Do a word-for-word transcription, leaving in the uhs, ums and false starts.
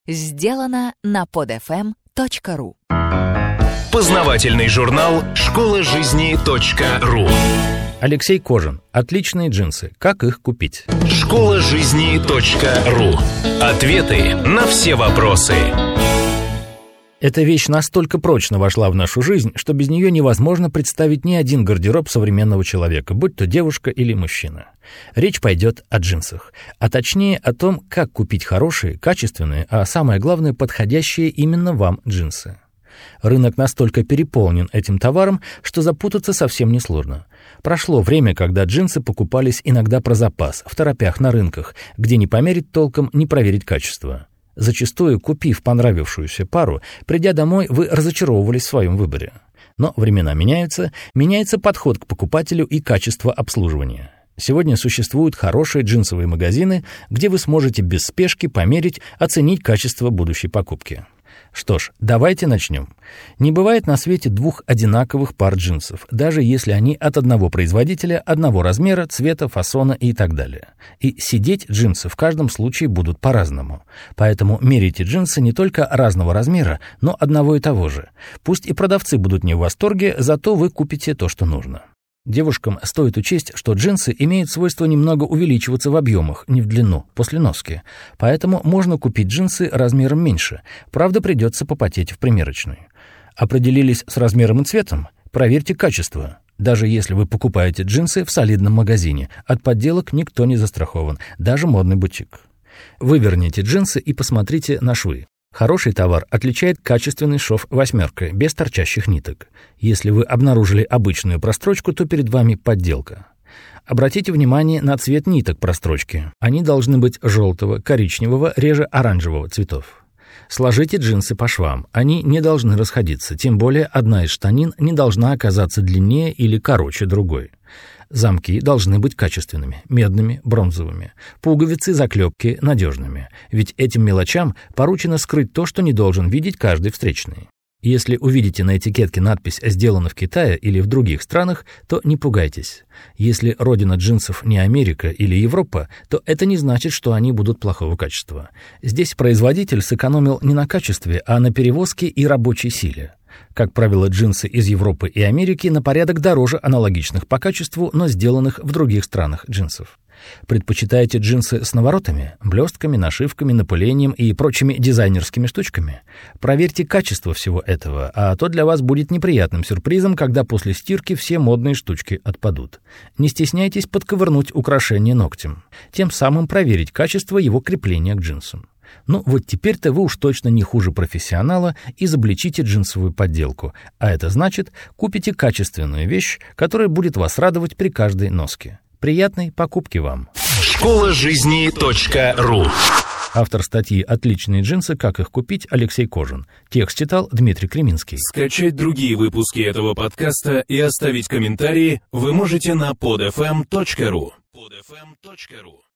Сделано на под эф эм точка ру. Познавательный журнал школа жизни точка ру. Алексей Кожин. Отличные джинсы. Как их купить? школа жизни точка ру. Ответы на все вопросы. Эта вещь настолько прочно вошла в нашу жизнь, что без нее невозможно представить ни один гардероб современного человека, будь то девушка или мужчина. Речь пойдет о джинсах, а точнее о том, как купить хорошие, качественные, а самое главное, подходящие именно вам джинсы. Рынок настолько переполнен этим товаром, что запутаться совсем несложно. Прошло время, когда джинсы покупались иногда про запас, в торопях на рынках, где не померить толком, не проверить качество. Зачастую, купив понравившуюся пару, придя домой, вы разочаровывались в своем выборе. Но времена меняются, меняется подход к покупателю и качество обслуживания. Сегодня существуют хорошие джинсовые магазины, где вы сможете без спешки померить, оценить качество будущей покупки. Что ж, давайте начнем. Не бывает на свете двух одинаковых пар джинсов, даже если они от одного производителя, одного размера, цвета, фасона и так далее. И сидеть джинсы в каждом случае будут по-разному. Поэтому меряйте джинсы не только разного размера, но одного и того же. Пусть и продавцы будут не в восторге, зато вы купите то, что нужно. Девушкам стоит учесть, что джинсы имеют свойство немного увеличиваться в объемах, не в длину, после носки. Поэтому можно купить джинсы размером меньше. Правда, придется попотеть в примерочной. Определились с размером и цветом? Проверьте качество. Даже если вы покупаете джинсы в солидном магазине, от подделок никто не застрахован, даже модный бутик. Выверните джинсы и посмотрите на швы. Хороший товар отличает качественный шов восьмеркой, без торчащих ниток. Если вы обнаружили обычную прострочку, то перед вами подделка. Обратите внимание на цвет ниток прострочки. Они должны быть желтого, коричневого, реже оранжевого цветов. Сложите джинсы по швам. Они не должны расходиться, тем более одна из штанин не должна оказаться длиннее или короче другой. Замки должны быть качественными, медными, бронзовыми. Пуговицы, заклепки надежными. Ведь этим мелочам поручено скрыть то, что не должен видеть каждый встречный. Если увидите на этикетке надпись «Сделано в Китае» или в других странах, то не пугайтесь. Если родина джинсов не Америка или Европа, то это не значит, что они будут плохого качества. Здесь производитель сэкономил не на качестве, а на перевозке и рабочей силе. Как правило, джинсы из Европы и Америки на порядок дороже аналогичных по качеству, но сделанных в других странах джинсов. Предпочитаете джинсы с наворотами, блестками, нашивками, напылением и прочими дизайнерскими штучками? Проверьте качество всего этого, а то для вас будет неприятным сюрпризом, когда после стирки все модные штучки отпадут. Не стесняйтесь подковырнуть украшение ногтем, тем самым проверить качество его крепления к джинсам. Ну вот теперь-то вы уж точно не хуже профессионала изобличите джинсовую подделку, а это значит, купите качественную вещь, которая будет вас радовать при каждой носке. Приятной покупки вам! школа жизни точка ру. Автор статьи «Отличные джинсы. Как их купить» Алексей Кожин. Текст читал Дмитрий Креминский. Скачать другие выпуски этого подкаста и оставить комментарии вы можете на под эф эм точка ру. под эф эм точка ру.